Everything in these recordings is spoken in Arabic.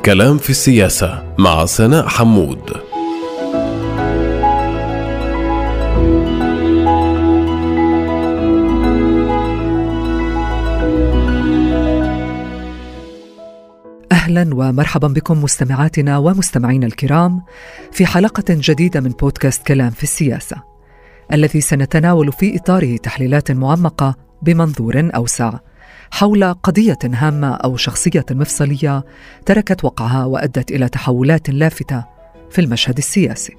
كلام في السياسة مع سناء حمود. أهلا ومرحبا بكم مستمعاتنا ومستمعينا الكرام في حلقة جديدة من بودكاست كلام في السياسة، الذي سنتناول في إطاره تحليلات معمقة بمنظور أوسع حول قضية هامة أو شخصية مفصلية تركت وقعها وأدت إلى تحولات لافتة في المشهد السياسي.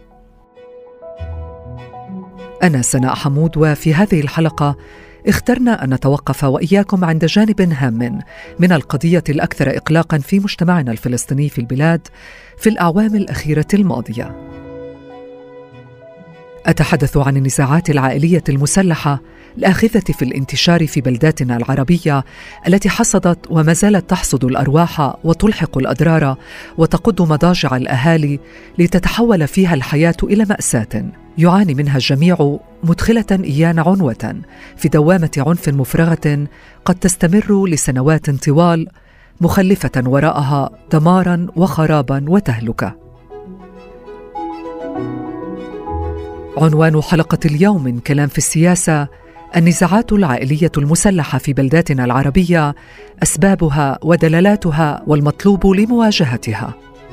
أنا سناء حمود، وفي هذه الحلقة اخترنا أن نتوقف وإياكم عند جانب هام من القضية الأكثر إقلاقاً في مجتمعنا الفلسطيني في البلاد في الأعوام الأخيرة الماضية. أتحدث عن النزاعات العائلية المسلحة الآخذة في الانتشار في بلداتنا العربية، التي حصدت وما زالت تحصد الأرواح وتلحق الأضرار وتقض مضاجع الأهالي، لتتحول فيها الحياة إلى مأساة يعاني منها الجميع، مدخلة إيانا عنوة في دوامة عنف مفرغة قد تستمر لسنوات طوال، مخلفة وراءها دماراً وخراباً وتهلكة. عنوان حلقة اليوم من كلام في السياسة: النزاعات العائلية المسلحة في بلداتنا العربية، أسبابها ودلالاتها والمطلوب لمواجهتها.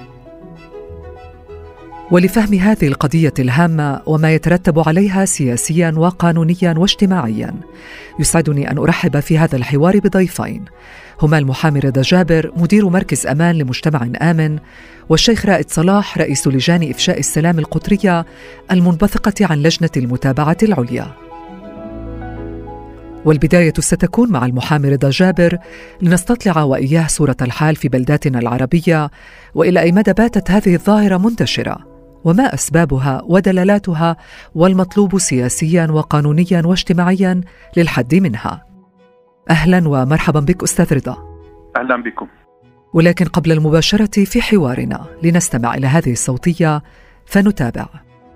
ولفهم هذه القضية الهامة وما يترتب عليها سياسياً وقانونياً واجتماعياً، يسعدني أن أرحب في هذا الحوار بضيفين، هما المحامي رضا جابر مدير مركز أمان لمجتمع آمن، والشيخ رائد صلاح رئيس لجان إفشاء السلام القطرية المنبثقة عن لجنة المتابعة العليا. والبداية ستكون مع المحامي رضا جابر لنستطلع وإياه صورة الحال في بلداتنا العربية، وإلى أي مدى باتت هذه الظاهرة منتشرة، وما أسبابها ودلالاتها والمطلوب سياسياً وقانونياً واجتماعياً للحد منها. أهلاً ومرحباً بك أستاذ رضا. أهلاً بكم. ولكن قبل المباشرة في حوارنا لنستمع إلى هذه الصوتية فنتابع.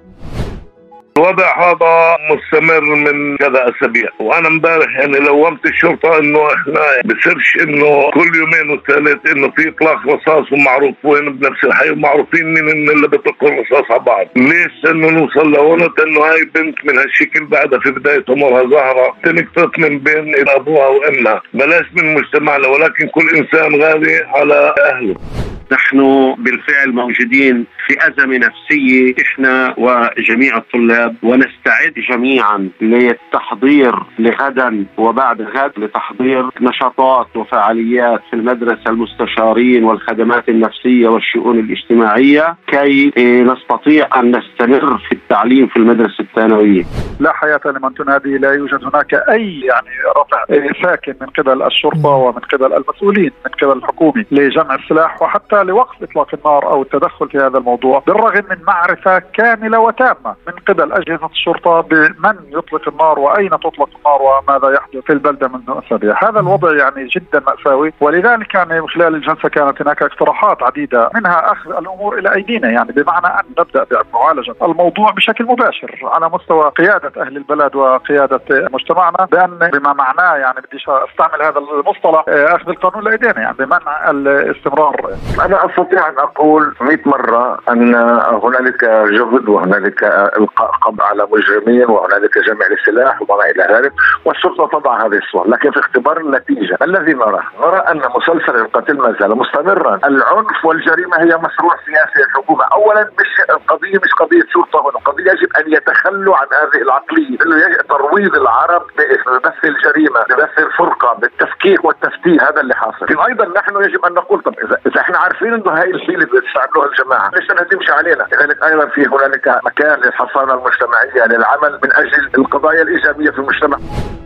الوضع هذا مستمر من كذا أسابيع، وأنا امبارح لومت الشرطة إنه إحنا بصيرش إنه كل يومين وثالث إنه في إطلاق رصاص، ومعروف وين بنفس الحي ومعروفين مين اللي بيطلق الرصاص على بعض. ليش إنه نوصل لهون؟ إنه هاي بنت من هالشكل بعدها في بداية عمرها ظاهرة تنقطت من بين أبوها وأمها، بلاش من مجتمعنا، ولكن كل إنسان غالي على أهله. نحن بالفعل موجودين في أزمة نفسية إحنا وجميع الطلاب، ونستعد جميعا للتحضير لغدا وبعد غد لتحضير نشاطات وفعاليات في المدرسة، المستشارين والخدمات النفسية والشؤون الاجتماعية، كي نستطيع أن نستمر في التعليم في المدرسة الثانوية. لا حياة لمن تنادي، لا يوجد هناك أي رفع ساكن من قبل الشرطة ومن قبل المسؤولين من قبل الحكومة لجمع السلاح وحتى لوقف إطلاق النار أو التدخل في هذا الموضوع، بالرغم من معرفة كاملة وتامة من قبل أجهزة الشرطة بمن يطلق النار وأين تطلق النار وماذا يحدث في البلدة منذ أسابيع. هذا الوضع يعني جدا مأساوي، ولذلك يعني من خلال الجلسة كانت هناك اقتراحات عديدة، منها أخذ الأمور إلى أيدينا، يعني بمعنى أن نبدأ بمعالجة الموضوع بشكل مباشر على مستوى قيادة أهل البلد وقيادة مجتمعنا، بأن بما معناه يعني بديش أستعمل هذا المصطلح أخذ القانون لأيدينا، يعني بمنع الاستمرار. أنا أستطيع أن أقول 100 مرة أن هنالك جهد وهنالك إلقاء قبض على مجرمين وهنالك جمع للسلاح وما إلى ذلك، والشرطة تضع هذه الصور، لكن في اختبار النتيجة الذي نرى أن مسلسل القتل ما زال مستمرا. العنف والجريمة هي مشروع سياسي الحكومة. أولا القضية مش قضية شرطة، القضية يجب أن يتخلوا عن هذه العقلية، إنه يجب ترويض العرب ببث الجريمة، ببث الفرقة، بالتفكيك والتفتيت. هذا اللي حاصل. أيضا نحن يجب أن نقول طب إذا احنا عارفين انه هاي الحيلة بتستعملوها الجماعة، ليش انها تمشي علينا؟ لذلك ايضا في هنالك مكان للحصانة المجتمعية للعمل من اجل القضايا الإيجابية في المجتمع.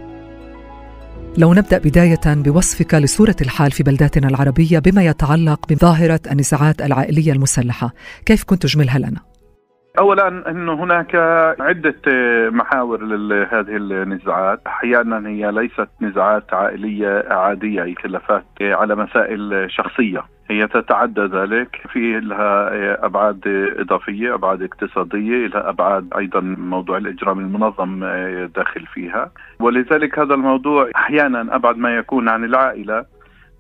لو نبدأ بداية بوصفك لصورة الحال في بلداتنا العربية بما يتعلق بظاهرة النزاعات العائلية المسلحة، كيف كنت تجملها لنا؟ أولا أنه هناك عدة محاور لهذه النزاعات. أحيانا هي ليست نزاعات عائلية عادية، هي خلافات على مسائل شخصية، هي تتعدى ذلك، في لها أبعاد إضافية، أبعاد اقتصادية، لها أبعاد أيضا موضوع الإجرام المنظم داخل فيها. ولذلك هذا الموضوع أحيانا أبعد ما يكون عن العائلة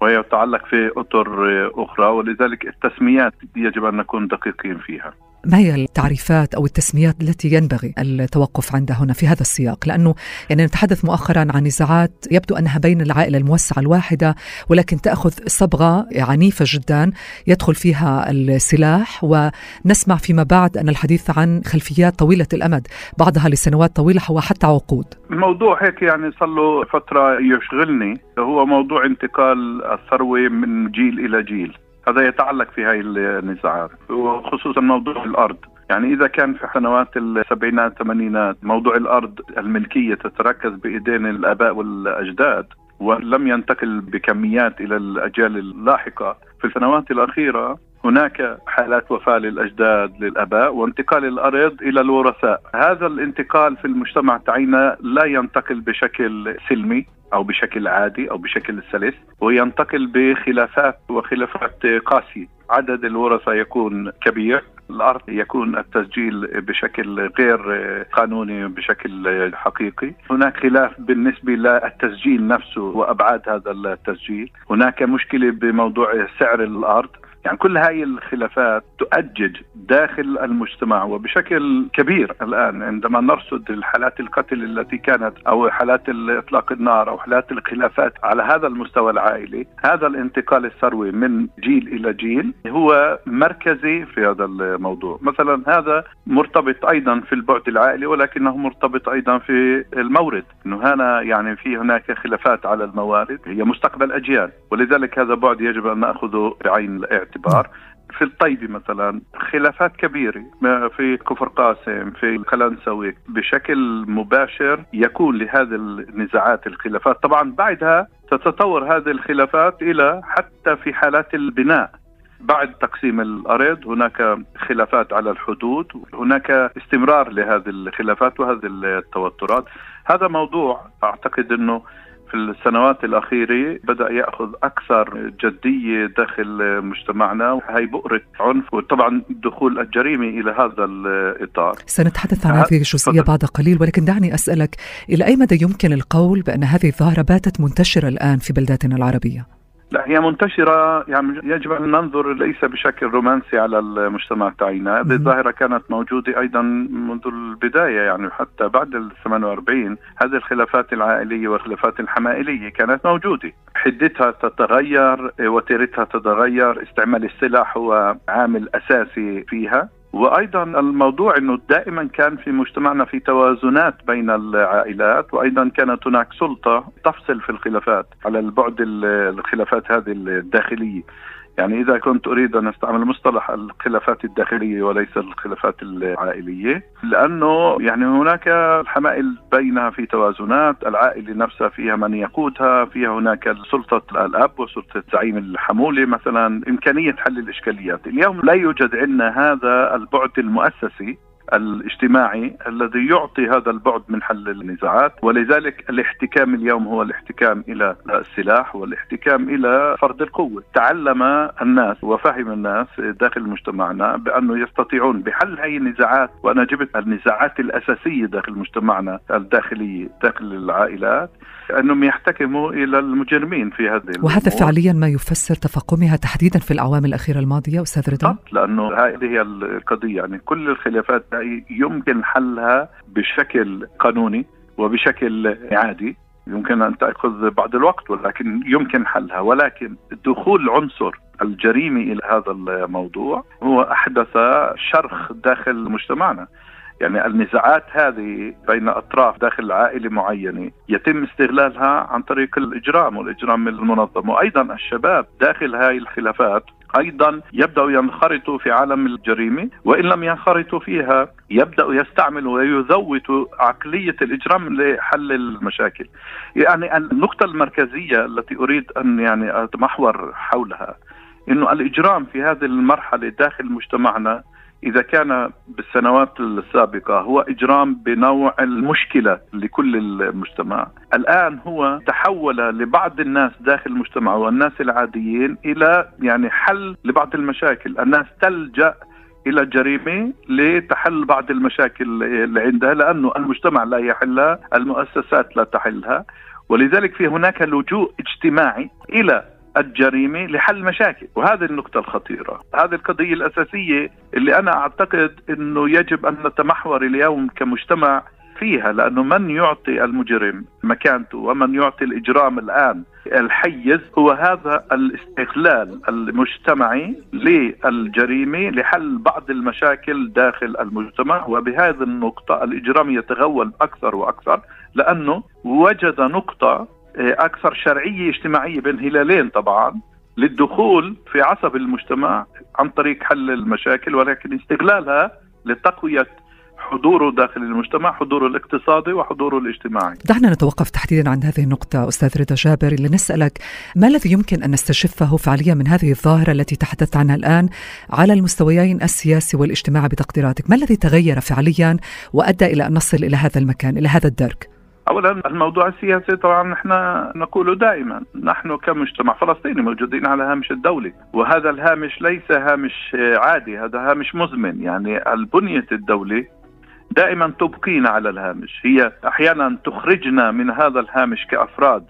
وهي تتعلق في أطر أخرى، ولذلك التسميات يجب أن نكون دقيقين فيها. ما هي التعريفات أو التسميات التي ينبغي التوقف عندها هنا في هذا السياق؟ لأنه يعني نتحدث مؤخرا عن نزاعات يبدو أنها بين العائلة الموسعة الواحدة، ولكن تأخذ صبغة عنيفة جدا يدخل فيها السلاح، ونسمع فيما بعد أن الحديث عن خلفيات طويلة الأمد، بعضها لسنوات طويلة وحتى عقود. الموضوع هيك يعني صار له فترة يشغلني، هو موضوع انتقال الثروة من جيل إلى جيل. هذا يتعلق في هاي النزاعات، وخصوصا موضوع الأرض. يعني إذا كان في سنوات السبعينات الثمانينات موضوع الأرض الملكية تتركز بإيدين الآباء والأجداد ولم ينتقل بكميات إلى الأجيال اللاحقة، في السنوات الأخيرة هناك حالات وفاة للأجداد للآباء وانتقال الأرض إلى الورثاء. هذا الانتقال في المجتمع تاعنا لا ينتقل بشكل سلمي أو بشكل عادي أو بشكل سلس، وينتقل بخلافات وخلافات قاسية. عدد الورثة يكون كبير، الأرض يكون التسجيل بشكل غير قانوني بشكل حقيقي، هناك خلاف بالنسبة للتسجيل نفسه وأبعاد هذا التسجيل، هناك مشكلة بموضوع سعر الأرض. يعني كل هاي الخلافات تؤجج داخل المجتمع وبشكل كبير. الآن عندما نرصد الحالات القتل التي كانت أو حالات إطلاق النار أو حالات الخلافات على هذا المستوى العائلي، هذا الانتقال الثروي من جيل إلى جيل هو مركزي في هذا الموضوع. مثلا هذا مرتبط أيضا في البعد العائلي، ولكنه مرتبط أيضا في المورد، إنه هنا يعني في هناك خلافات على الموارد هي مستقبل أجيال، ولذلك هذا بعد يجب أن نأخذه بعين الاعتبار. في الطيبة مثلا خلافات كبيرة في كفر قاسم في القلنسوي بشكل مباشر يكون لهذه النزاعات الخلافات. طبعا بعدها تتطور هذه الخلافات إلى حتى في حالات البناء بعد تقسيم الأرض هناك خلافات على الحدود، هناك استمرار لهذه الخلافات وهذه التوترات. هذا موضوع أعتقد أنه في السنوات الأخيرة بدأ يأخذ أكثر جدية داخل مجتمعنا، وهي بؤرة عنف وطبعا دخول الجريمة إلى هذا الإطار. سنتحدث عن هذه الجزئية بعد قليل، ولكن دعني أسألك إلى أي مدى يمكن القول بأن هذه الظاهرة باتت منتشرة الآن في بلداتنا العربية؟ لا، هي منتشرة، يعني يجب أن ننظر ليس بشكل رومانسي على المجتمع تاعنا. هذه الظاهرة كانت موجودة أيضا منذ البداية، يعني حتى بعد 48 هذه الخلافات العائلية والخلافات الحمائلية كانت موجودة، حدتها تتغير، وتيرتها تتغير، استعمال السلاح هو عامل أساسي فيها. وأيضا الموضوع أنه دائما كان في مجتمعنا في توازنات بين العائلات، وأيضا كانت هناك سلطة تفصل في الخلافات على البعد الخلافات هذه الداخلية. يعني إذا كنت أريد أن أستعمل مصطلح الخلافات الداخلية وليس الخلافات العائلية، لأنه يعني هناك الحمائل بينها في توازنات، العائلة نفسها فيها من يقودها، فيها هناك سلطة الأب وسلطة زعيم الحمولة مثلا، إمكانية حل الإشكاليات. اليوم لا يوجد عندنا هذا البعد المؤسسي الاجتماعي الذي يعطي هذا البعد من حل النزاعات، ولذلك الاحتكام اليوم هو الاحتكام إلى السلاح والاحتكام إلى فرض القوة. تعلم الناس وفهم الناس داخل مجتمعنا بأنه يستطيعون بحل هذه النزاعات، وأنا جبت النزاعات الأساسية داخل مجتمعنا الداخلية داخل العائلات، أنهم يحتكموا إلى المجرمين في هذه الأمور. وهذا فعليا ما يفسر تفاقمها تحديدا في الأعوام الأخيرة الماضية أستاذ رضا؟ لأنه هذه هي القضية، يعني كل الخلافات يمكن حلها بشكل قانوني وبشكل عادي، يمكن أن تأخذ بعض الوقت ولكن يمكن حلها، ولكن دخول عنصر الجريمة إلى هذا الموضوع هو أحدث شرخ داخل مجتمعنا. يعني النزاعات هذه بين أطراف داخل عائلة معينة يتم استغلالها عن طريق الإجرام والإجرام المنظم، وأيضا الشباب داخل هاي الخلافات أيضا يبدأوا ينخرطوا في عالم الجريمة، وإن لم ينخرطوا فيها يبدأوا يستعملوا ويذوتوا عقلية الإجرام لحل المشاكل. يعني النقطة المركزية التي أريد أن يعني أتمحور حولها إنه الإجرام في هذه المرحلة داخل مجتمعنا إذا كان بالسنوات السابقة هو إجرام بنوع المشكلة لكل المجتمع، الآن هو تحول لبعض الناس داخل المجتمع والناس العاديين إلى يعني حل لبعض المشاكل. الناس تلجأ إلى الجريمة لتحل بعض المشاكل اللي عندها، لأنه المجتمع لا يحلها، المؤسسات لا تحلها، ولذلك في هناك لجوء اجتماعي إلى الجريمة لحل مشاكل، وهذه النقطة الخطيرة. هذه القضية الأساسية اللي أنا أعتقد أنه يجب أن نتمحور اليوم كمجتمع فيها، لأنه من يعطي المجرم مكانته ومن يعطي الإجرام الآن الحيز هو هذا الاستغلال المجتمعي للجريمة لحل بعض المشاكل داخل المجتمع. وبهذه النقطة الإجرام يتغول أكثر وأكثر، لأنه وجد نقطة أكثر شرعية اجتماعية بين هلالين طبعا للدخول في عصب المجتمع عن طريق حل المشاكل، ولكن استغلالها لتقوية حضوره داخل المجتمع، حضوره الاقتصادي وحضوره الاجتماعي. دعنا نتوقف تحديدا عند هذه النقطة أستاذ رضا جابر، لنسألك ما الذي يمكن أن نستشفه فعليا من هذه الظاهرة التي تحدثت عنها الآن على المستويين السياسي والاجتماعي بتقديراتك؟ ما الذي تغير فعليا وأدى إلى أن نصل إلى هذا المكان، إلى هذا الدرك؟ أولا الموضوع السياسي طبعا نحن نقول دائما نحن كمجتمع فلسطيني موجودين على هامش الدولة، وهذا الهامش ليس هامش عادي، هذا هامش مزمن. يعني البنية الدولة دائما تبقينا على الهامش، هي أحيانا تخرجنا من هذا الهامش كأفراد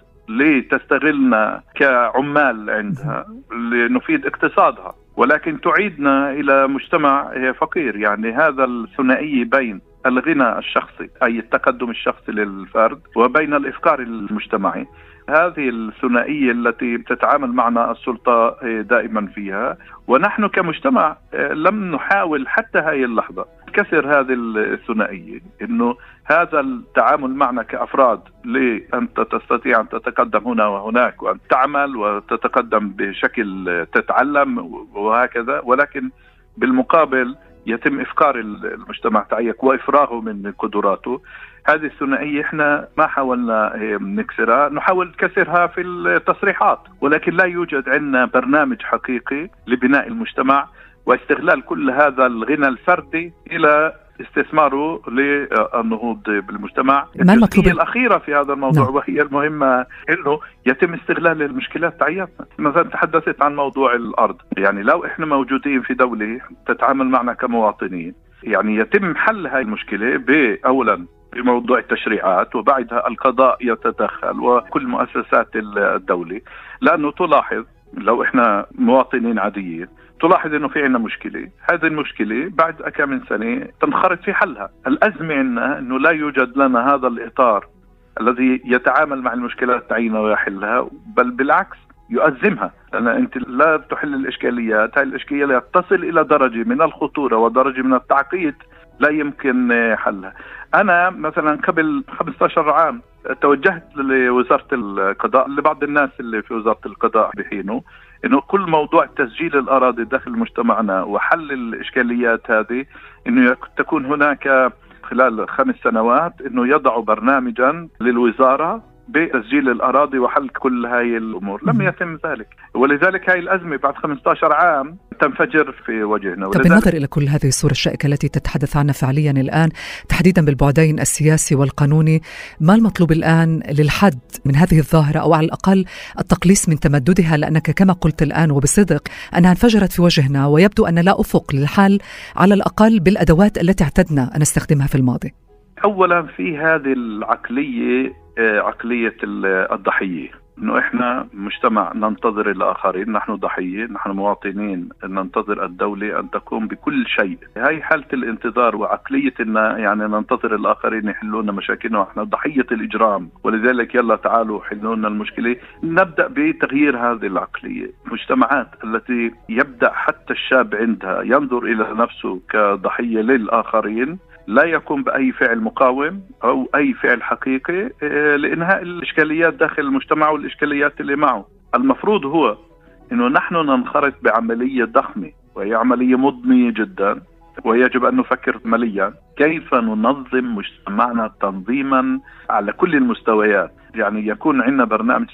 لتستغلنا كعمال عندها لنفيد اقتصادها، ولكن تعيدنا إلى مجتمع فقير. يعني هذا الثنائي بين الغنى الشخصي أي التقدم الشخصي للفرد وبين الإفقار المجتمعي، هذه الثنائية التي تتعامل معنا السلطة دائما فيها. ونحن كمجتمع لم نحاول حتى هذه اللحظة كسر هذه الثنائية، إنه هذا التعامل معنا كأفراد لأنت تستطيع أن تتقدم هنا وهناك وأن تعمل وتتقدم بشكل تتعلم وهكذا، ولكن بالمقابل يتم إفقار المجتمع تعيك وإفراغه من قدراته. هذه الثنائية احنا ما حاولنا نكسرها، نحاول كسرها في التصريحات، ولكن لا يوجد عندنا برنامج حقيقي لبناء المجتمع واستغلال كل هذا الغنى الفردي إلى استثماره للنهوض بالمجتمع. ما المطلوب الأخيرة في هذا الموضوع وهي المهمة إنه يتم استغلال المشكلات تعياتنا. مثلا تحدثت عن موضوع الأرض، يعني لو إحنا موجودين في دولة تتعامل معنا كمواطنين، يعني يتم حل هاي المشكلة بأولا بموضوع التشريعات، وبعدها القضاء يتدخل وكل مؤسسات الدولة. لأنه تلاحظ لو إحنا مواطنين عاديين تلاحظ إنه في عنا مشكلة، هذه المشكلة بعد كم من سنة تنخرط في حلها. الأزمة عندنا إنه لا يوجد لنا هذا الإطار الذي يتعامل مع المشكلات تعينا ويحلها، بل بالعكس يؤزمها، لأن أنت لا تحل الإشكاليات. هذه الإشكاليات تصل إلى درجة من الخطورة ودرجة من التعقيد لا يمكن حلها. أنا مثلا قبل 15 عام توجهت لوزارة القضاء، لبعض الناس اللي في وزارة القضاء بحينه، إنه كل موضوع تسجيل الأراضي داخل مجتمعنا وحل الإشكاليات هذه إنه تكون هناك خلال 5 سنوات إنه يضعوا برنامجا للوزارة بتسجيل الأراضي وحل كل هاي الأمور. لم يتم ذلك، ولذلك هاي الأزمة بعد 15 عام تنفجر في وجهنا. طب بالنظر إلى كل هذه الصورة الشائكة التي تتحدث عنها فعليا الآن، تحديدا بالبعدين السياسي والقانوني، ما المطلوب الآن للحد من هذه الظاهرة أو على الأقل التقليص من تمددها؟ لأنك كما قلت الآن وبصدق أنها انفجرت في وجهنا ويبدو أن لا أفق للحل على الأقل بالأدوات التي اعتدنا أن نستخدمها في الماضي. أولا في هذه العقلية، عقلية الضحية، إنه إحنا مجتمع ننتظر الآخرين، نحن ضحية، نحن مواطنين ننتظر الدولة أن تقوم بكل شيء. هاي حالة الانتظار وعقلية إن يعني ننتظر الآخرين يحلون مشاكلنا وإحنا ضحية الإجرام، ولذلك يلا تعالوا حلوا لنا المشكلة. نبدأ بتغيير هذه العقلية. مجتمعات التي يبدأ حتى الشاب عندها ينظر إلى نفسه كضحية للآخرين، لا يقوم بأي فعل مقاوم أو أي فعل حقيقي لإنهاء الإشكاليات داخل المجتمع والإشكاليات اللي معه. المفروض هو إنه نحن ننخرط بعملية ضخمة وهي عملية مضنية جدا، ويجب أن نفكر عمليا كيف ننظم مجتمعنا تنظيما على كل المستويات. يعني يكون عندنا برنامج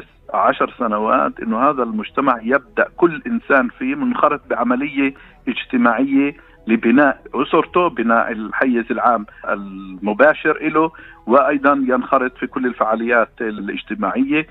ل15 سنوات إنه هذا المجتمع يبدأ كل إنسان فيه منخرط بعملية اجتماعية لبناء أسرته، بناء الحيز العام المباشر له، وأيضا ينخرط في كل الفعاليات الاجتماعية.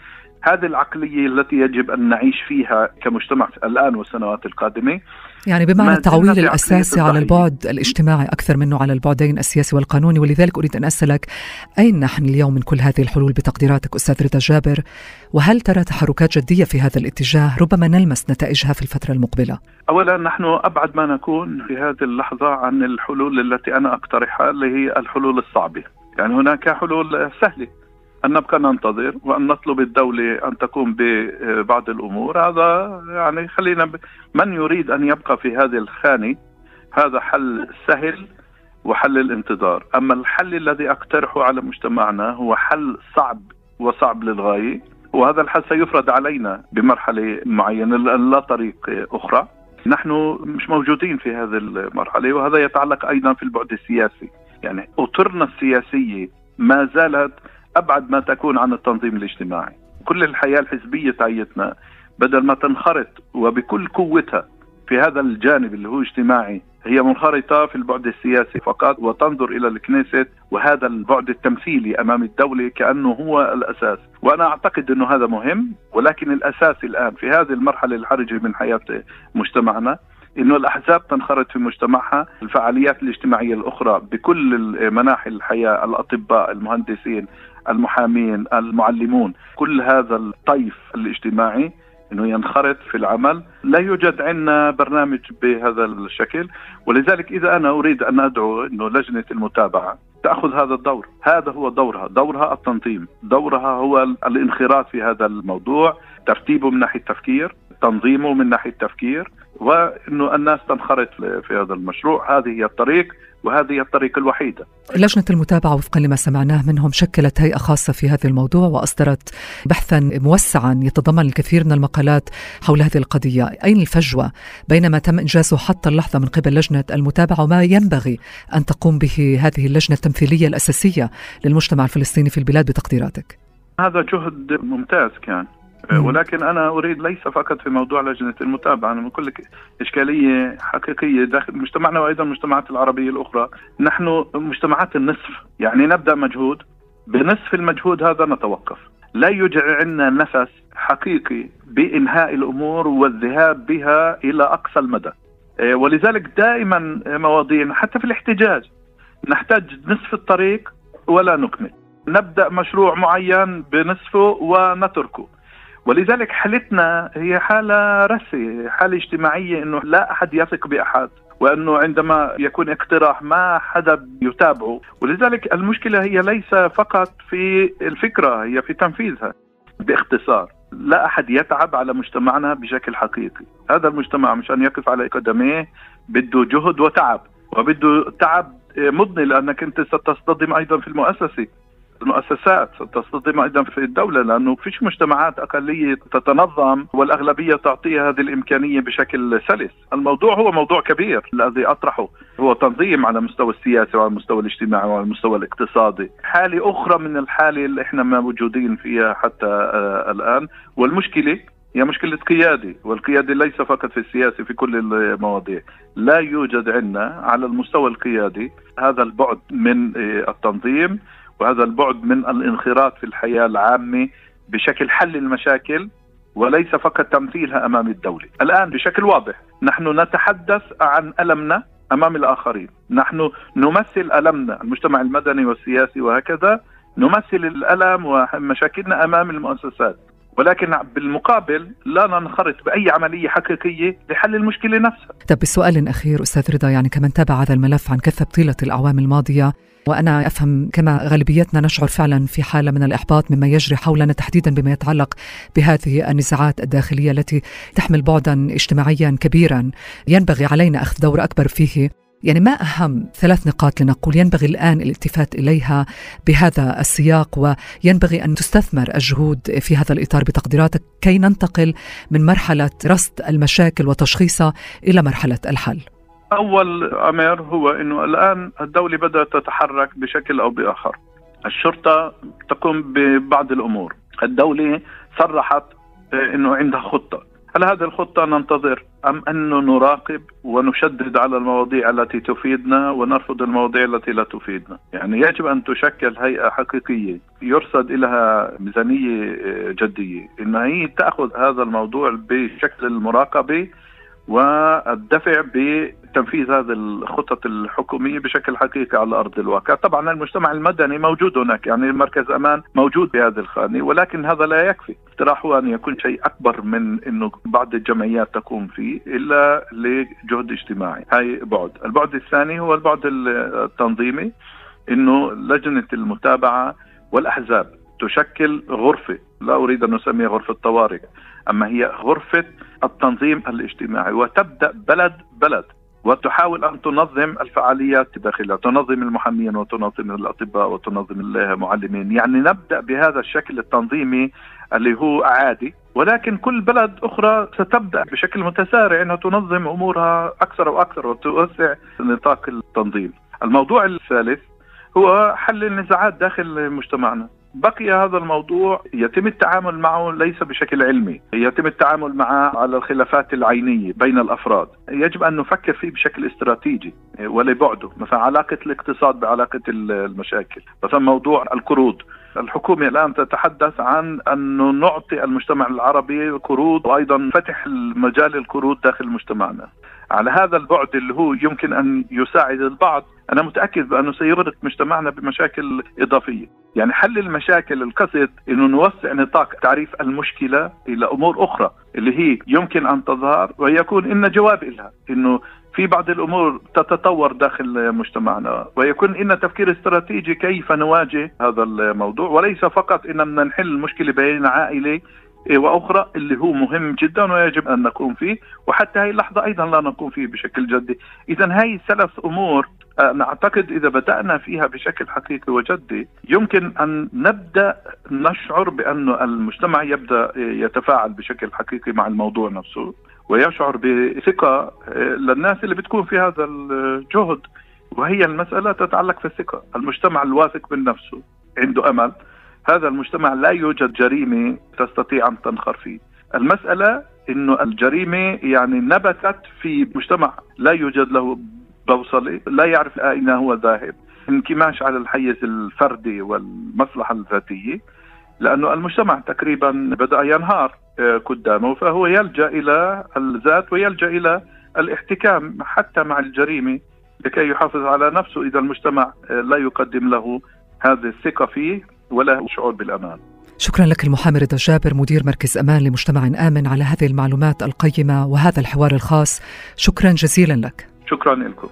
هذه العقلية التي يجب أن نعيش فيها كمجتمع الآن والسنوات القادمة. يعني بمعنى التعويل الأساسي على البعد الاجتماعي أكثر منه على البعدين السياسي والقانوني. ولذلك أريد أن أسألك أين نحن اليوم من كل هذه الحلول بتقديراتك أستاذ رضا جابر؟ وهل ترى تحركات جدية في هذا الاتجاه ربما نلمس نتائجها في الفترة المقبلة؟ أولا نحن أبعد ما نكون في هذه اللحظة عن الحلول التي أنا أقترحها اللي هي الحلول الصعبة. يعني هناك حلول سهلة أن نبقى ننتظر وأن نطلب الدولة أن تقوم ببعض الأمور. هذا يعني خلينا من يريد أن يبقى في هذه الخانة هذا حل سهل وحل الانتظار. أما الحل الذي أقترحه على مجتمعنا هو حل صعب وصعب للغاية، وهذا الحل سيفرض علينا بمرحلة معينة لا طريق أخرى. نحن مش موجودين في هذه المرحلة، وهذا يتعلق أيضا في البعد السياسي. يعني أطرنا السياسية ما زالت أبعد ما تكون عن التنظيم الاجتماعي. كل الحياة الحزبية تاعتنا بدل ما تنخرط وبكل قوتها في هذا الجانب اللي هو اجتماعي، هي منخرطة في البعد السياسي فقط، وتنظر إلى الكنيست وهذا البعد التمثيلي أمام الدولة كأنه هو الأساس. وأنا أعتقد أنه هذا مهم، ولكن الأساس الآن في هذه المرحلة الحرجة من حياة مجتمعنا إنه الأحزاب تنخرط في مجتمعها، الفعاليات الاجتماعية الأخرى بكل مناحي الحياة، الأطباء، المهندسين، المحامين، المعلمون، كل هذا الطيف الاجتماعي إنه ينخرط في العمل. لا يوجد عندنا برنامج بهذا الشكل، ولذلك إذا أنا أريد أن أدعو إنه لجنة المتابعة تأخذ هذا الدور، هذا هو دورها التنظيم، دورها هو الانخراط في هذا الموضوع، ترتيبه من ناحية التفكير، تنظيمه من ناحية التفكير، وإنه الناس تنخرط في هذا المشروع. هذه هي الطريق، وهذه هي الطريقة الوحيدة. لجنة المتابعة وفقا لما سمعناه منهم شكلت هيئة خاصة في هذا الموضوع، وأصدرت بحثا موسعا يتضمن الكثير من المقالات حول هذه القضية. أين الفجوة بين ما تم إنجازه حتى اللحظة من قبل لجنة المتابعة وما ينبغي أن تقوم به هذه اللجنة التمثيلية الأساسية للمجتمع الفلسطيني في البلاد بتقديراتك؟ هذا جهد ممتاز كان، ولكن أنا أريد ليس فقط في موضوع لجنة المتابعة، أنا من كل إشكالية حقيقية داخل مجتمعنا وأيضا المجتمعات العربية الأخرى. نحن مجتمعات النصف، يعني نبدأ مجهود، بنصف المجهود هذا نتوقف. لا يوجد عندنا نفس حقيقي بإنهاء الأمور والذهاب بها إلى أقصى المدى. ولذلك دائما مواضيع حتى في الاحتجاج نحتاج نصف الطريق ولا نكمل، نبدأ مشروع معين بنصفه ونتركه. ولذلك حالتنا هي حالة رسي، حالة اجتماعية إنه لا أحد يثق بأحد، وأنه عندما يكون اقتراح ما حدا يتابعه. ولذلك المشكلة هي ليس فقط في الفكرة، هي في تنفيذها. باختصار لا أحد يتعب على مجتمعنا بشكل حقيقي. هذا المجتمع مشان يقف على قدميه بده جهد وتعب، وبده تعب مضني، لأنك أنت ستصطدم أيضا في المؤسسات، ستصطدم أيضا في الدولة، لأنه فيش مجتمعات أقلية تتنظم والأغلبية تعطيها هذه الإمكانية بشكل سلس. الموضوع هو موضوع كبير الذي أطرحه، هو تنظيم على المستوى السياسي وعلى المستوى الاجتماعي وعلى المستوى الاقتصادي، حالة أخرى من الحالة اللي إحنا موجودين فيها حتى الآن. والمشكلة هي مشكلة قيادة، والقيادة ليس فقط في السياسة، في كل المواضيع. لا يوجد عندنا على المستوى القيادي هذا البعد من التنظيم، وهذا البعد من الانخراط في الحياة العامة بشكل حل المشاكل، وليس فقط تمثيلها أمام الدولة. الآن بشكل واضح نحن نتحدث عن ألمنا أمام الآخرين، نحن نمثل ألمنا، المجتمع المدني والسياسي وهكذا، نمثل الألم ومشاكلنا أمام المؤسسات، ولكن بالمقابل لا ننخرط بأي عملية حقيقية لحل المشكلة نفسها. طب بسؤال أخير أستاذ رضا، يعني كمن تابع هذا الملف عن كثب طيلة الأعوام الماضية، وأنا أفهم كما غالبيتنا نشعر فعلا في حالة من الإحباط مما يجري حولنا تحديدا بما يتعلق بهذه النزاعات الداخلية التي تحمل بعدا اجتماعيا كبيرا ينبغي علينا أخذ دور أكبر فيه. يعني ما أهم 3 نقاط لنقول ينبغي الآن الالتفات إليها بهذا السياق، وينبغي أن تستثمر الجهود في هذا الإطار بتقديراتك كي ننتقل من مرحلة رصد المشاكل وتشخيصها إلى مرحلة الحل؟ أول أمر هو أنه الآن الدولة بدأت تتحرك بشكل أو بآخر. الشرطة تقوم ببعض الأمور، الدولة صرحت أنه عندها خطة، هل هذه الخطة ننتظر أم أنه نراقب ونشدد على المواضيع التي تفيدنا ونرفض المواضيع التي لا تفيدنا؟ يعني يجب أن تشكل هيئة حقيقية يرصد لها ميزانية جدية، إنها هي تأخذ هذا الموضوع بشكل المراقبة والدفع بتنفيذ هذه الخطط الحكومية بشكل حقيقي على أرض الواقع. طبعا المجتمع المدني موجود هناك، يعني مركز أمان موجود بهذه الخانة، ولكن هذا لا يكفي. اقتراحه أن يكون شيء أكبر من أنه بعض الجمعيات تقوم فيه إلا لجهد اجتماعي. هاي بعد. البعد الثاني هو البعد التنظيمي، أنه لجنة المتابعة والأحزاب تشكل غرفة، لا أريد أن نسميها غرفة طوارئ، أما هي غرفة التنظيم الاجتماعي، وتبدأ بلد وتحاول أن تنظم الفعاليات داخلها، تنظم المحامين وتنظم الأطباء وتنظم المعلمين. يعني نبدأ بهذا الشكل التنظيمي اللي هو عادي، ولكن كل بلد أخرى ستبدأ بشكل متسارع أنها تنظم أمورها أكثر وأكثر وتوسع نطاق التنظيم. الموضوع الثالث هو حل النزاعات داخل مجتمعنا. بقي هذا الموضوع يتم التعامل معه ليس بشكل علمي، يتم التعامل معه على الخلافات العينية بين الأفراد. يجب أن نفكر فيه بشكل استراتيجي ولبعده، مثلا علاقة الاقتصاد بعلاقة المشاكل، مثلا موضوع القروض. الحكومة الآن تتحدث عن أنه نعطي المجتمع العربي قروض، وأيضا فتح المجال القروض داخل مجتمعنا. على هذا البعد اللي هو يمكن أن يساعد البعض، أنا متأكد بأنه سيغرق مجتمعنا بمشاكل إضافية. يعني حل المشاكل القصد أنه نوسع نطاق تعريف المشكلة إلى أمور أخرى اللي هي يمكن أن تظهر ويكون إن جواب لها، أنه في بعض الأمور تتطور داخل مجتمعنا، ويكون إن تفكير استراتيجي كيف نواجه هذا الموضوع، وليس فقط إننا نحل المشكلة بين عائلة وأخرى اللي هو مهم جدا ويجب أن نقوم فيه، وحتى هاي اللحظة أيضا لا نقوم فيه بشكل جدي. إذن هاي 3 أمور نعتقد إذا بدأنا فيها بشكل حقيقي وجدي يمكن أن نبدأ نشعر بأن المجتمع يبدأ يتفاعل بشكل حقيقي مع الموضوع نفسه، ويشعر بثقة للناس اللي بتكون في هذا الجهد. وهي المسألة تتعلق في الثقة. المجتمع الواثق من نفسه عنده أمل. هذا المجتمع لا يوجد جريمة تستطيع أن تنخر فيه. المسألة إنه الجريمة يعني نبتت في مجتمع لا يوجد له بوصلة، لا يعرف أين هو ذاهب، انكماش على الحيز الفردي والمصلحة الذاتية، لأنه المجتمع تقريبا بدأ ينهار قدامه، فهو يلجأ إلى الذات ويلجأ إلى الاحتكام حتى مع الجريمة لكي يحافظ على نفسه إذا المجتمع لا يقدم له هذه الثقة فيه ولا شعور بالأمان. شكرا لك المحامي رضا جابر، مدير مركز أمان لمجتمع آمن، على هذه المعلومات القيمة وهذا الحوار الخاص. شكرا جزيلا لك. شكرا لكم.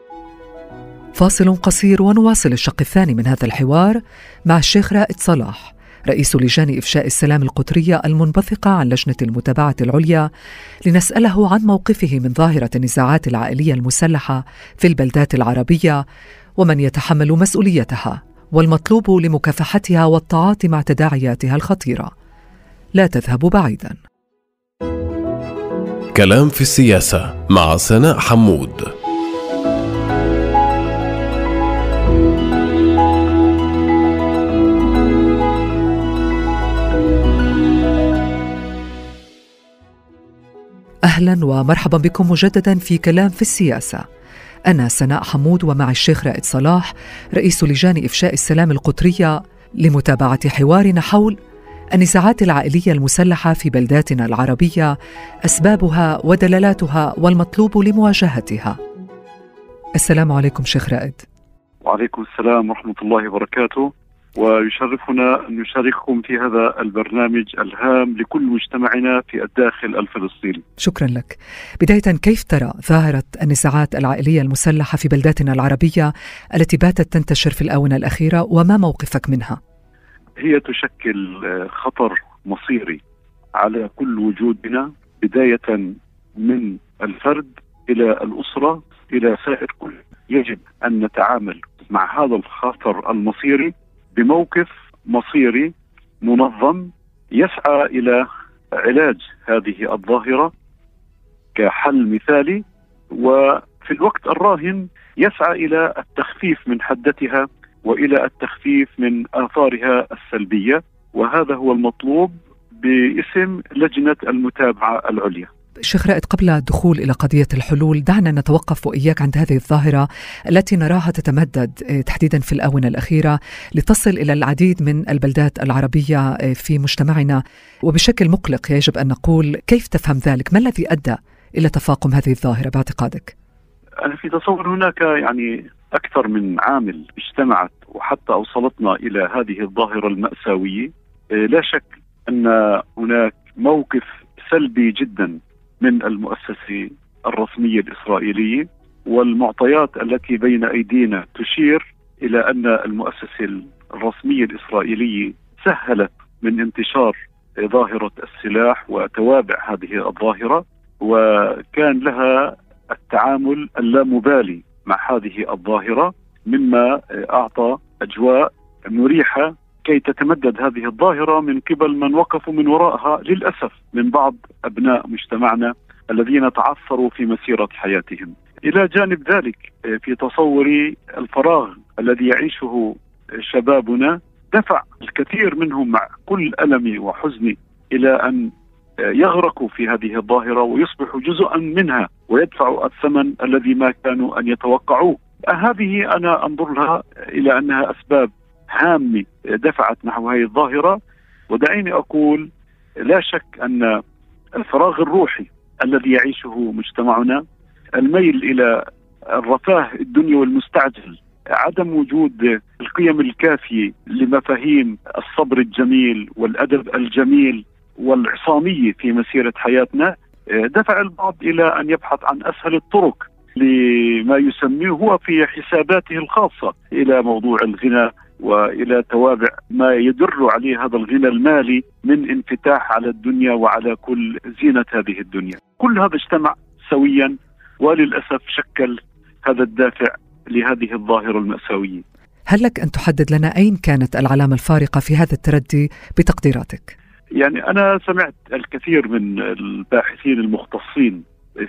فاصل قصير ونواصل الشق الثاني من هذا الحوار مع الشيخ رائد صلاح، رئيس لجان إفشاء السلام القطرية المنبثقة عن لجنة المتابعة العليا، لنسأله عن موقفه من ظاهرة النزاعات العائلية المسلحة في البلدات العربية ومن يتحمل مسؤوليتها، والمطلوب لمكافحتها والتعاطي مع تداعياتها الخطيرة. لا تذهبوا بعيدا. كلام في السياسة مع سناء حمود. أهلا ومرحبا بكم مجددا في كلام في السياسة. أنا سناء حمود ومع الشيخ رائد صلاح، رئيس لجان إفشاء السلام القطرية، لمتابعة حوارنا حول النزاعات العائلية المسلحة في بلداتنا العربية، أسبابها ودلالاتها والمطلوب لمواجهتها. السلام عليكم شيخ رائد. وعليكم السلام ورحمة الله وبركاته، ويشرفنا أن نشارككم في هذا البرنامج الهام لكل مجتمعنا في الداخل الفلسطيني. شكرا لك. بداية، كيف ترى ظاهرة النزاعات العائلية المسلحة في بلداتنا العربية التي باتت تنتشر في الآونة الأخيرة، وما موقفك منها؟ هي تشكل خطر مصيري على كل وجودنا، بداية من الفرد إلى الأسرة إلى سائر كل. يجب أن نتعامل مع هذا الخطر المصيري بموقف مصيري منظم يسعى إلى علاج هذه الظاهرة كحل مثالي، وفي الوقت الراهن يسعى إلى التخفيف من حدتها وإلى التخفيف من آثارها السلبية. وهذا هو المطلوب باسم لجنة المتابعة العليا. شيخ رائد، قبل الدخول إلى قضية الحلول دعنا نتوقف وإياك عند هذه الظاهرة التي نراها تتمدد تحديدا في الآونة الأخيرة لتصل إلى العديد من البلدات العربية في مجتمعنا، وبشكل مقلق يجب أن نقول. كيف تفهم ذلك؟ ما الذي أدى إلى تفاقم هذه الظاهرة باعتقادك؟ أنا في تصور هناك أكثر من عامل اجتمعت وحتى أوصلتنا إلى هذه الظاهرة المأساوية. لا شك أن هناك موقف سلبي جدا من المؤسسة الرسمية الإسرائيلية، والمعطيات التي بين أيدينا تشير إلى أن المؤسسة الرسمية الإسرائيلية سهلت من انتشار ظاهرة السلاح وتوابع هذه الظاهرة، وكان لها التعامل اللامبالي مع هذه الظاهرة، مما أعطى أجواء مريحة كي تتمدد هذه الظاهرة من قبل من وقفوا من وراءها للأسف من بعض أبناء مجتمعنا الذين تعثروا في مسيرة حياتهم. إلى جانب ذلك في تصوري الفراغ الذي يعيشه شبابنا دفع الكثير منهم مع كل ألمي وحزني إلى أن يغرقوا في هذه الظاهرة ويصبحوا جزءا منها ويدفعوا الثمن الذي ما كانوا أن يتوقعوه. هذه أنا أنظر لها إلى أنها أسباب هامة دفعت نحو هذه الظاهرة. ودعيني أقول لا شك أن الفراغ الروحي الذي يعيشه مجتمعنا، الميل إلى الرفاه الدنيوي المستعجل، عدم وجود القيم الكافية لمفاهيم الصبر الجميل والأدب الجميل والعصامية في مسيرة حياتنا، دفع البعض إلى أن يبحث عن أسهل الطرق لما يسميه هو في حساباته الخاصة إلى موضوع الغنى وإلى توابع ما يدر عليه هذا الغنى المالي من انفتاح على الدنيا وعلى كل زينة هذه الدنيا. كل هذا اجتمع سويا وللأسف شكل هذا الدافع لهذه الظاهرة المأساوية. هل لك أن تحدد لنا أين كانت العلامة الفارقة في هذا التردي بتقديراتك؟ أنا سمعت الكثير من الباحثين المختصين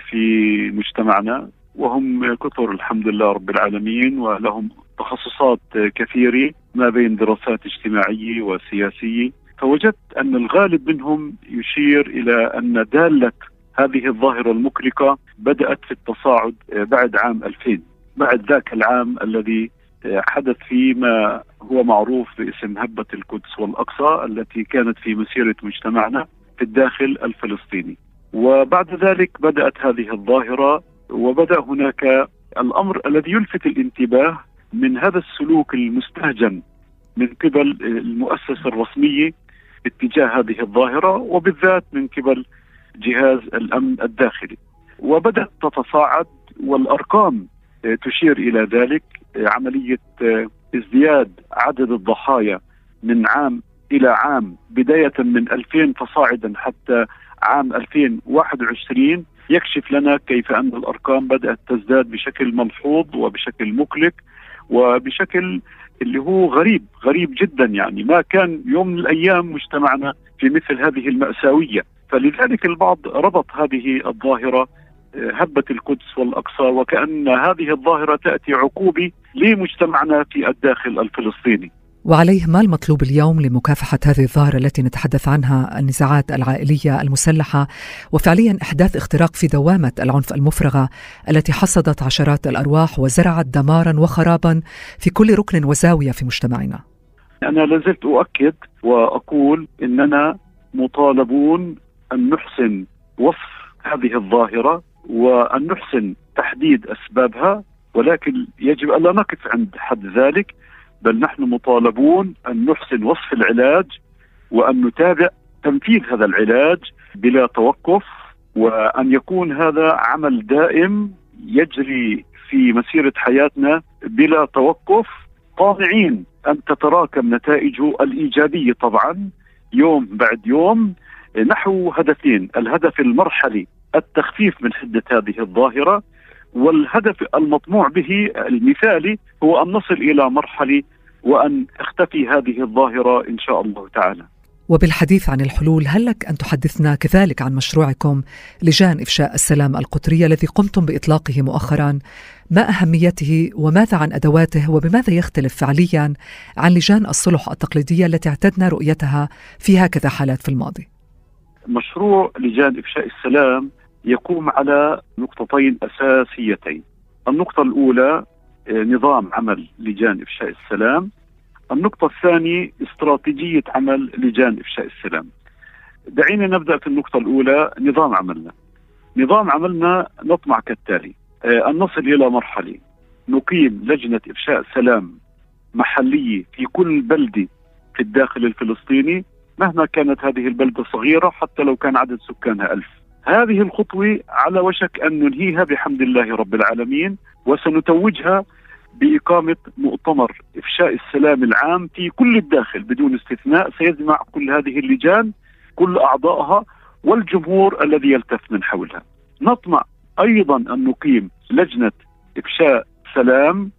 في مجتمعنا، وهم كثر الحمد لله رب العالمين، ولهم تخصصات كثيرة ما بين دراسات اجتماعية وسياسية. فوجدت أن الغالب منهم يشير إلى أن دالة هذه الظاهرة المقلقة بدأت في التصاعد بعد عام 2000، بعد ذاك العام الذي حدث فيه ما هو معروف باسم هبة القدس والأقصى التي كانت في مسيرة مجتمعنا في الداخل الفلسطيني. وبعد ذلك بدأت هذه الظاهرة، وبدأ هناك الأمر الذي يلفت الانتباه من هذا السلوك المستهجن من قبل المؤسسة الرسمية اتجاه هذه الظاهرة، وبالذات من قبل جهاز الأمن الداخلي. وبدأت تتصاعد والأرقام تشير إلى ذلك، عملية ازدياد عدد الضحايا من عام إلى عام، بداية من 2000 فصاعدا حتى عام 2021 يكشف لنا كيف أن الأرقام بدأت تزداد بشكل ملحوظ وبشكل مقلق وبشكل اللي هو غريب جدا. ما كان يوم من الأيام مجتمعنا في مثل هذه المأساوية. فلذلك البعض ربط هذه الظاهرة هبة القدس والأقصى وكأن هذه الظاهرة تأتي عقوبة لمجتمعنا في الداخل الفلسطيني. وعليه ما المطلوب اليوم لمكافحة هذه الظاهرة التي نتحدث عنها، النزاعات العائلية المسلحة، وفعليا إحداث اختراق في دوامة العنف المفرغة التي حصدت عشرات الأرواح وزرعت دمارا وخرابا في كل ركن وزاوية في مجتمعنا؟ أنا لازلت أؤكد وأقول إننا مطالبون أن نحسن وصف هذه الظاهرة وأن نحسن تحديد أسبابها، ولكن يجب أن لا نقف عند حد ذلك، بل نحن مطالبون أن نحسن وصف العلاج وأن نتابع تنفيذ هذا العلاج بلا توقف، وأن يكون هذا عمل دائم يجري في مسيرة حياتنا بلا توقف، طامعين أن تتراكم نتائجه الإيجابية طبعا يوم بعد يوم نحو هدفين: الهدف المرحلي التخفيف من حدة هذه الظاهرة، والهدف المطموع به المثالي هو أن نصل إلى مرحلة وأن تختفي هذه الظاهرة إن شاء الله تعالى. وبالحديث عن الحلول، هل لك أن تحدثنا كذلك عن مشروعكم لجان إفشاء السلام القطرية الذي قمتم بإطلاقه مؤخرا؟ ما أهميته وماذا عن أدواته وبماذا يختلف فعليا عن لجان الصلح التقليدية التي اعتدنا رؤيتها في هكذا حالات في الماضي؟ مشروع لجان إفشاء السلام يقوم على نقطتين أساسيتين. النقطة الأولى نظام عمل لجان إفشاء السلام. النقطة الثانية استراتيجية عمل لجان إفشاء السلام. دعينا نبدأ في النقطة الأولى. نظام عملنا. نظام عملنا نطمع كالتالي: أن نصل إلى مرحلة نقيم لجنة إفشاء سلام محلية في كل بلدة في الداخل الفلسطيني، مهما كانت هذه البلدة صغيرة، حتى لو كان عدد سكانها 1000. هذه الخطوة على وشك أن ننهيها بحمد الله رب العالمين، وسنتوجها بإقامة مؤتمر إفشاء السلام العام في كل الداخل بدون استثناء، سيجمع كل هذه اللجان، كل أعضائها والجمهور الذي يلتف من حولها. نطمع أيضا أن نقيم لجنة إفشاء سلام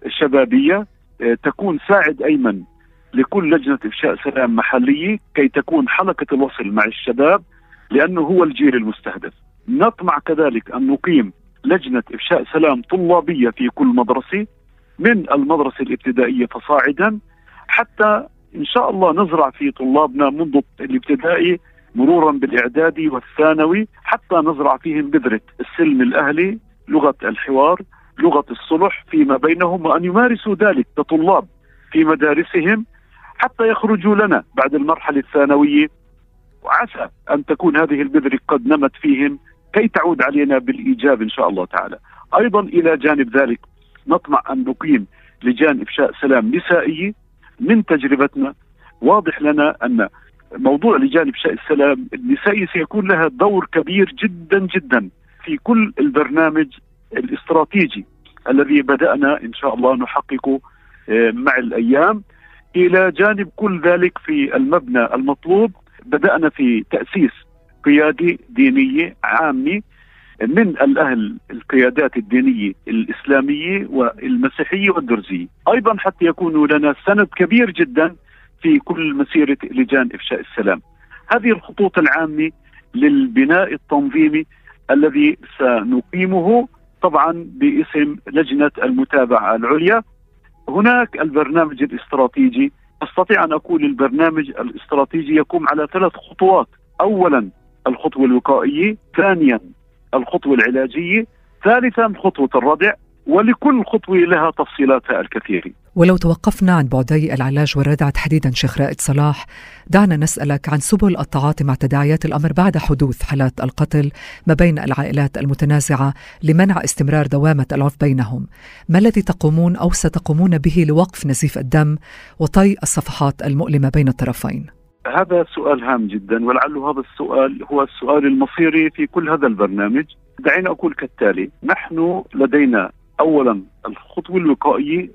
شبابية تكون ساعد أيمن لكل لجنة إفشاء سلام محلية، كي تكون حلقة الوصل مع الشباب، لأنه هو الجيل المستهدف. نطمع كذلك أن نقيم لجنة إفشاء سلام طلابية في كل مدرسة، من المدرسة الابتدائية فصاعدا، حتى إن شاء الله نزرع في طلابنا منذ الابتدائي مرورا بالإعدادي والثانوي، حتى نزرع فيهم بذرة السلم الأهلي، لغة الحوار، لغة الصلح فيما بينهم، وأن يمارسوا ذلك كطلاب في مدارسهم حتى يخرجوا لنا بعد المرحلة الثانوية، وعسى أن تكون هذه البذرة قد نمت فيهم كي تعود علينا بالإيجاب إن شاء الله تعالى. أيضا إلى جانب ذلك نطمع أن نقيم لجان إفشاء سلام نسائية. من تجربتنا واضح لنا أن موضوع لجان إفشاء السلام النسائي سيكون لها دور كبير جدا جدا في كل البرنامج الاستراتيجي الذي بدأنا إن شاء الله نحققه مع الأيام. إلى جانب كل ذلك في المبنى المطلوب بدأنا في تأسيس قيادة دينية عامة من الأهل، القيادات الدينية الإسلامية والمسيحية والدرزية، أيضا حتى يكونوا لنا سند كبير جدا في كل مسيرة لجان إفشاء السلام. هذه الخطوط العامة للبناء التنظيمي الذي سنقيمه طبعا باسم لجنة المتابعة العليا. هناك البرنامج الاستراتيجي. أستطيع أن أقول البرنامج الاستراتيجي يقوم على 3 خطوات: أولا الخطوة الوقائية، ثانيا الخطوة العلاجية، ثالثا خطوة الردع، ولكل خطوة لها تفصيلاتها الكثيرة. ولو توقفنا عن بعدي العلاج والردع تحديدا شيخ رائد صلاح، دعنا نسألك عن سبل التعاطي مع تداعيات الأمر بعد حدوث حالات القتل ما بين العائلات المتنازعة لمنع استمرار دوامة العنف بينهم. ما الذي تقومون أو ستقومون به لوقف نزيف الدم وطي الصفحات المؤلمة بين الطرفين؟ هذا سؤال هام جدا، ولعل هذا السؤال هو السؤال المصيري في كل هذا البرنامج. دعينا أقول كالتالي: نحن لدينا أولا الخطوة الوقائية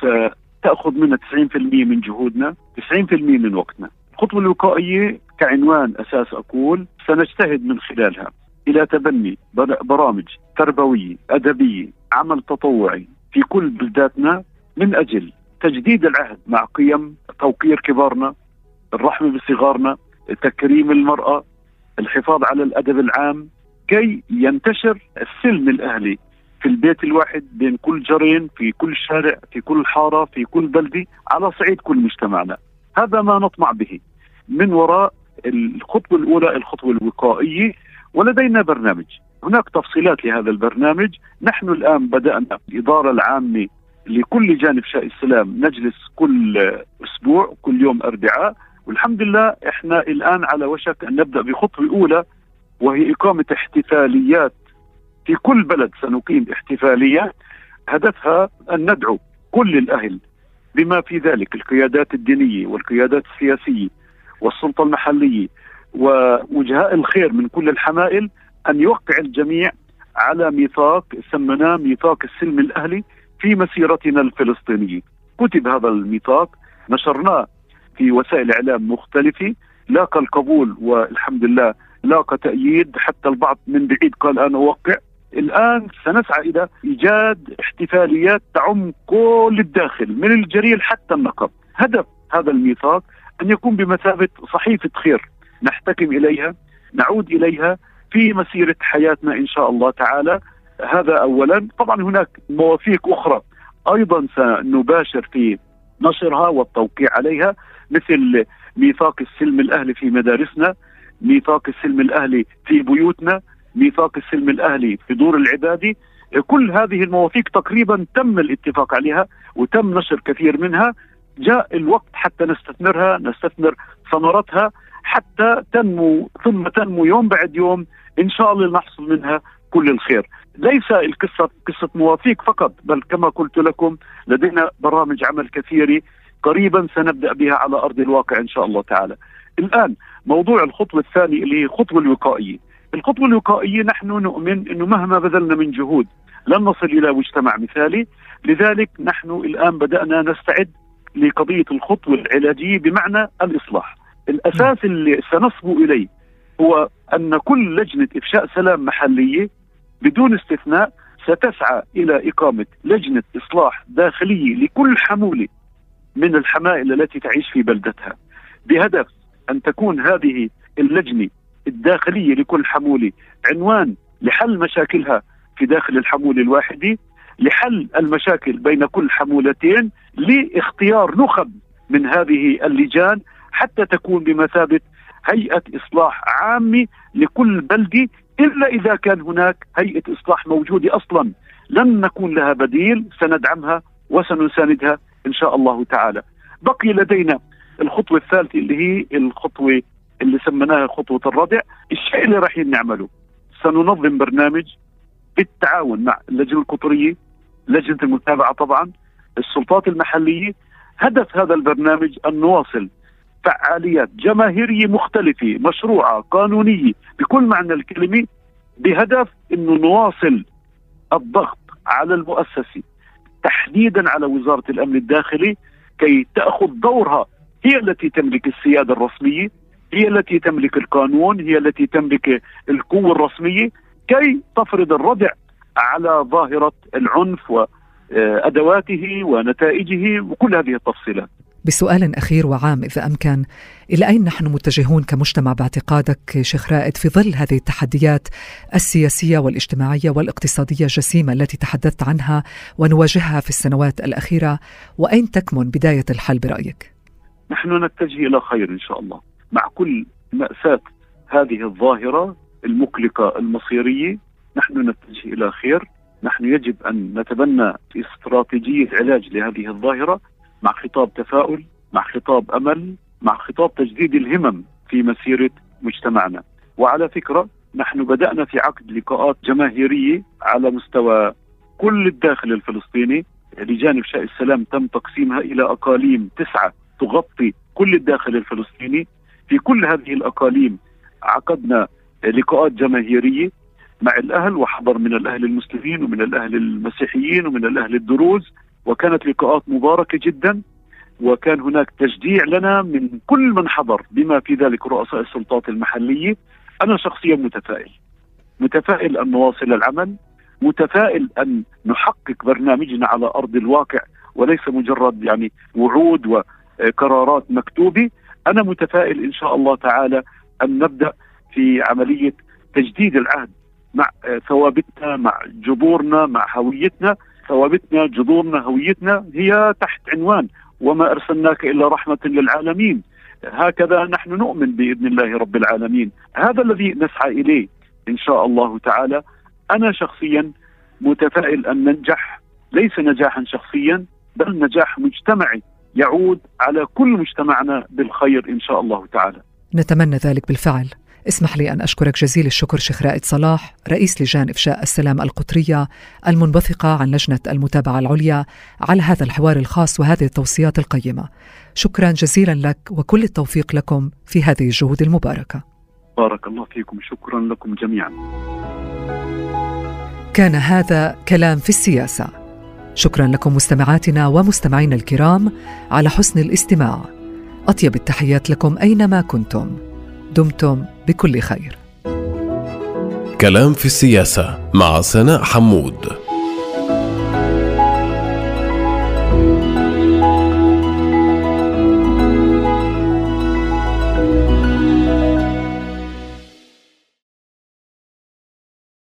ستأخذ منا 90% من جهودنا، 90% من وقتنا. الخطوة الوقائية كعنوان أساس أقول سنجتهد من خلالها إلى تبني برامج تربوية أدبية، عمل تطوعي في كل بلداتنا من أجل تجديد العهد مع قيم توقير كبارنا، الرحمة بصغارنا، تكريم المرأة، الحفاظ على الأدب العام، كي ينتشر السلم الأهلي في البيت الواحد بين كل جارين، في كل شارع، في كل حارة، في كل بلدة، على صعيد كل مجتمعنا. هذا ما نطمع به من وراء الخطوة الأولى، الخطوة الوقائية. ولدينا برنامج، هناك تفصيلات لهذا البرنامج. نحن الآن بدأنا الإدارة العامة لكل لجان إفشاء السلام، نجلس كل أسبوع، كل يوم أربعاء، والحمد لله إحنا الآن على وشك أن نبدأ بخطوة أولى، وهي إقامة احتفاليات في كل بلد. سنقيم احتفاليات هدفها أن ندعو كل الأهل بما في ذلك القيادات الدينية والقيادات السياسية والسلطة المحلية ووجهاء الخير من كل الحمائل، أن يوقع الجميع على ميثاق سمناه ميثاق السلم الأهلي في مسيرتنا الفلسطينية. كتب هذا الميثاق، نشرناه في وسائل إعلام مختلفة، لاقى القبول والحمد لله، لاقى تأييد، حتى البعض من بعيد قال أنا أوقع. الآن سنسعى إلى إيجاد احتفاليات تعم كل الداخل من الجريل حتى النقب. هدف هذا الميثاق أن يكون بمثابة صحيفة خير نحتكم إليها، نعود إليها في مسيرة حياتنا إن شاء الله تعالى. هذا أولا. طبعا هناك مواثيق أخرى أيضا سنباشر في نشرها والتوقيع عليها، مثل ميثاق السلم الأهلي في مدارسنا، ميثاق السلم الأهلي في بيوتنا، ميثاق السلم الأهلي في دور العبادة. كل هذه المواثيق تقريبا تم الاتفاق عليها وتم نشر كثير منها. جاء الوقت حتى نستثمرها، نستثمر ثمرتها حتى تنمو، ثم تنمو يوم بعد يوم إن شاء الله نحصل منها كل الخير. ليس القصة قصة مواثيق فقط، بل كما قلت لكم لدينا برامج عمل كثيرة قريبا سنبدأ بها على أرض الواقع إن شاء الله تعالى. الآن موضوع الخطوة الثانية اللي هي الخطوة الوقائية. الخطوة الوقائية نحن نؤمن أنه مهما بذلنا من جهود لن نصل إلى مجتمع مثالي، لذلك نحن الآن بدأنا نستعد لقضية الخطوة العلاجية بمعنى الإصلاح. الأساس اللي سنصبو إليه هو أن كل لجنة إفشاء سلام محلية بدون استثناء ستسعى إلى إقامة لجنة إصلاح داخلية لكل حمولة من الحمائل التي تعيش في بلدتها، بهدف أن تكون هذه اللجنة الداخلية لكل حمولة عنوان لحل مشاكلها في داخل الحمولة الواحدة، لحل المشاكل بين كل حمولتين، لاختيار نخب من هذه اللجان حتى تكون بمثابة هيئة إصلاح عامة لكل بلدة، إلا إذا كان هناك هيئة إصلاح موجودة أصلا لن نكون لها بديل، سندعمها وسنساندها إن شاء الله تعالى. بقي لدينا الخطوة الثالثة اللي هي الخطوة اللي سميناها خطوة الردع. الشيء اللي راح نعمله سننظم برنامج بالتعاون مع اللجنة القطرية، لجنة المتابعة طبعا، السلطات المحلية. هدف هذا البرنامج أن نواصل فعاليات جماهيرية مختلفة مشروعة قانونية بكل معنى الكلمة، بهدف أنه نواصل الضغط على المؤسسة تحديدا على وزارة الأمن الداخلي كي تأخذ دورها. هي التي تملك السيادة الرسمية، هي التي تملك القانون، هي التي تملك القوة الرسمية كي تفرض الردع على ظاهرة العنف وأدواته ونتائجه وكل هذه التفصيلات. بسؤال أخير وعام إذا أمكن، إلى أين نحن متجهون كمجتمع باعتقادك شيخ رائد في ظل هذه التحديات السياسية والاجتماعية والاقتصادية الجسيمة التي تحدثت عنها ونواجهها في السنوات الأخيرة، وأين تكمن بداية الحل برأيك؟ نحن نتجه إلى خير إن شاء الله. مع كل مأساة هذه الظاهرة المقلقة المصيرية نحن نتجه إلى خير. نحن يجب أن نتبنى استراتيجية علاج لهذه الظاهرة مع خطاب تفاؤل، مع خطاب أمل، مع خطاب تجديد الهمم في مسيرة مجتمعنا. وعلى فكرة نحن بدأنا في عقد لقاءات جماهيرية على مستوى كل الداخل الفلسطيني. لجان إفشاء السلام تم تقسيمها إلى أقاليم 9 تغطي كل الداخل الفلسطيني. في كل هذه الأقاليم عقدنا لقاءات جماهيرية مع الأهل، وحضر من الأهل المسلمين ومن الأهل المسيحيين ومن الأهل الدروز، وكانت لقاءات مباركة جدا، وكان هناك تشجيع لنا من كل من حضر بما في ذلك رؤساء السلطات المحلية. أنا شخصيا متفائل أن نواصل العمل، متفائل أن نحقق برنامجنا على أرض الواقع وليس مجرد وعود وقرارات مكتوبة. أنا متفائل إن شاء الله تعالى أن نبدأ في عملية تجديد العهد مع ثوابتنا، مع جذورنا، مع هويتنا. ثوابتنا، جذورنا، هويتنا هي تحت عنوان وما أرسلناك إلا رحمة للعالمين. هكذا نحن نؤمن بإذن الله رب العالمين. هذا الذي نسعى إليه إن شاء الله تعالى. أنا شخصيا متفائل أن ننجح، ليس نجاحا شخصيا بل نجاح مجتمعي يعود على كل مجتمعنا بالخير إن شاء الله تعالى. نتمنى ذلك بالفعل. اسمح لي أن أشكرك جزيل الشكر شيخ رائد صلاح، رئيس لجان إفشاء السلام القطرية المنبثقة عن لجنة المتابعة العليا، على هذا الحوار الخاص وهذه التوصيات القيمة. شكرا جزيلا لك وكل التوفيق لكم في هذه الجهود المباركة. بارك الله فيكم، شكرا لكم جميعا. كان هذا كلام في السياسة. شكرا لكم مستمعاتنا ومستمعينا الكرام على حسن الاستماع. أطيب التحيات لكم أينما كنتم، دمتم بكل خير. كلام في السياسة مع سناء حمود.